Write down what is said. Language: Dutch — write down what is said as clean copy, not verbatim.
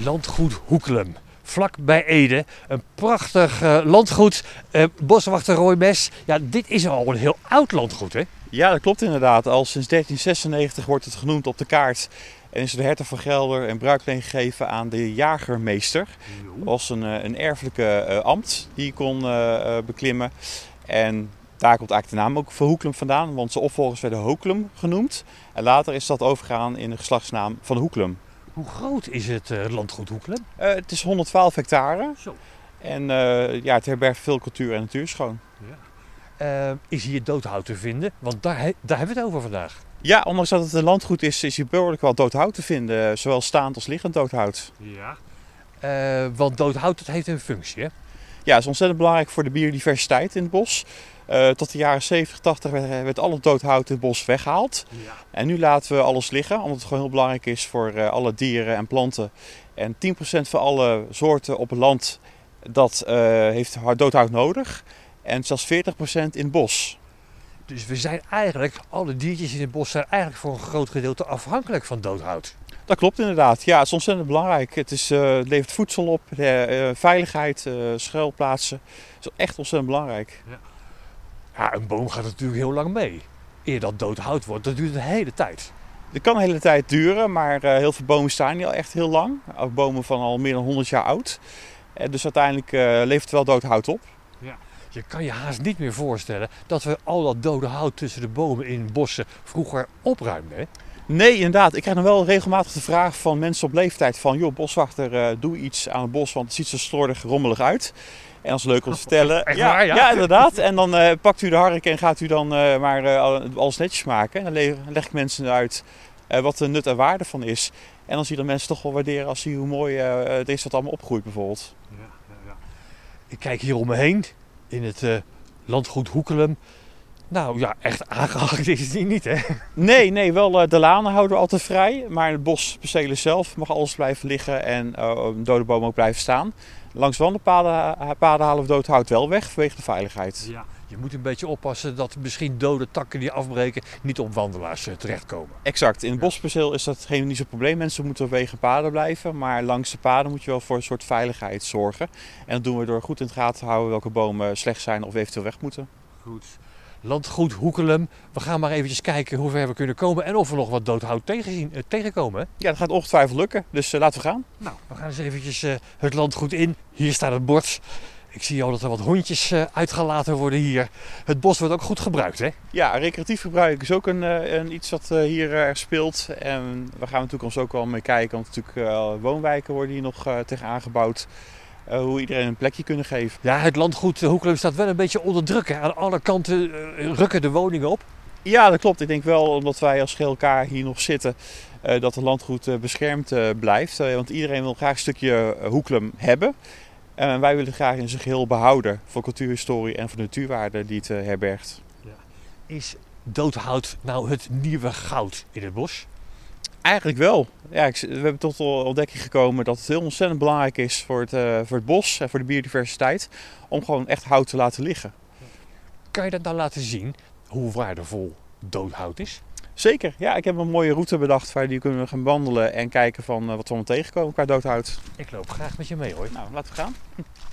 Landgoed Hoekelum, vlak bij Ede. Een prachtig landgoed. Boswachter Roy Mes, ja, dit is al een heel oud landgoed, hè? Ja, dat klopt inderdaad. Al sinds 1396 wordt het genoemd op de kaart. En is de hertog van Gelder een bruikleen gegeven aan de jagermeester. Dat was een erfelijke ambt die hij kon beklimmen. En daar komt eigenlijk de naam ook van Hoekelum vandaan, want zijn opvolgers werden Hoekelum genoemd. En later is dat overgegaan in de geslachtsnaam van Hoekelum. Hoe groot is het landgoed Hoekelum? Het is 112 hectare. Zo. En het herbergt veel cultuur en natuurschoon. Ja. Is hier doodhout te vinden? Want daar hebben we het over vandaag. Ja, ondanks dat het een landgoed is hier behoorlijk wel doodhout te vinden. Zowel staand als liggend doodhout. Ja. Want doodhout, dat heeft een functie, hè? Ja, het is ontzettend belangrijk voor de biodiversiteit in het bos. Tot de jaren 70, 80 werd al het doodhout in het bos weggehaald. Ja. En nu laten we alles liggen, omdat het gewoon heel belangrijk is voor alle dieren en planten. En 10% van alle soorten op het land heeft doodhout nodig. En zelfs 40% in het bos. Dus we zijn eigenlijk, alle diertjes in het bos zijn eigenlijk voor een groot gedeelte afhankelijk van doodhout. Dat klopt inderdaad. Ja, het is ontzettend belangrijk. Het levert voedsel op, veiligheid, schuilplaatsen. Het is echt ontzettend belangrijk. Ja. Ja, een boom gaat natuurlijk heel lang mee. Eer dat doodhout wordt, dat duurt een hele tijd. Het kan een hele tijd duren, maar heel veel bomen staan niet al echt heel lang. Bomen van al meer dan 100 jaar oud. Dus uiteindelijk levert het wel doodhout op. Ja. Je kan je haast niet meer voorstellen dat we al dat dode hout tussen de bomen in bossen vroeger opruimden, hè? Nee, inderdaad. Ik krijg nog wel regelmatig de vraag van mensen op leeftijd van... joh, boswachter, doe iets aan het bos, want het ziet zo slordig rommelig uit. En dat is leuk om te vertellen. Echt waar, ja? Ja, inderdaad. En dan pakt u de hark en gaat u dan maar alles netjes maken. En dan leg ik mensen uit wat de nut en waarde van is. En dan zie je dat mensen toch wel waarderen als ze zien hoe mooi het is wat allemaal opgroeit bijvoorbeeld. Ja. Ik kijk hier om me heen in het landgoed Hoekelum. Nou ja, echt aangehakt is het hier niet, hè? Nee, wel de lanen houden we altijd vrij. Maar in het bospercelen zelf mag alles blijven liggen en dode bomen ook blijven staan. Langs wandelpaden halen we doodhout wel weg vanwege de veiligheid. Ja, je moet een beetje oppassen dat misschien dode takken die afbreken niet op wandelaars terechtkomen. Exact. In het bosperceel is dat niet zo'n probleem. Mensen moeten wegen paden blijven. Maar langs de paden moet je wel voor een soort veiligheid zorgen. En dat doen we door goed in de gaten te houden welke bomen slecht zijn of eventueel weg moeten. Goed. Landgoed Hoekelum. We gaan maar eventjes kijken hoe ver we kunnen komen en of we nog wat doodhout tegenkomen. Hè? Ja, dat gaat ongetwijfeld lukken. Dus laten we gaan. Nou, we gaan eens eventjes het landgoed in. Hier staat het bord. Ik zie al dat er wat hondjes uitgelaten worden hier. Het bos wordt ook goed gebruikt, hè? Ja, recreatief gebruik is ook iets wat hier speelt. En we gaan natuurlijk ons ook wel mee kijken. Want natuurlijk woonwijken worden hier nog tegen aangebouwd. Hoe iedereen een plekje kunnen geven. Ja, het landgoed Hoekelum staat wel een beetje onder druk, hè? Aan alle kanten rukken de woningen op. Ja, dat klopt. Ik denk wel, omdat wij als GLK hier nog zitten, dat het landgoed beschermd blijft. Want iedereen wil graag een stukje Hoekelum hebben. En wij willen het graag in zijn geheel behouden voor cultuurhistorie en voor de natuurwaarde die het herbergt. Ja. Is doodhout nou het nieuwe goud in het bos? Eigenlijk wel. Ja, we hebben tot de ontdekking gekomen dat het heel ontzettend belangrijk is voor het bos en voor de biodiversiteit om gewoon echt hout te laten liggen. Kan je dat nou laten zien hoe waardevol doodhout is? Zeker. Ja, ik heb een mooie route bedacht waar die kunnen gaan wandelen en kijken van wat we allemaal tegenkomen qua doodhout. Ik loop graag met je mee, hoor. Nou, laten we gaan.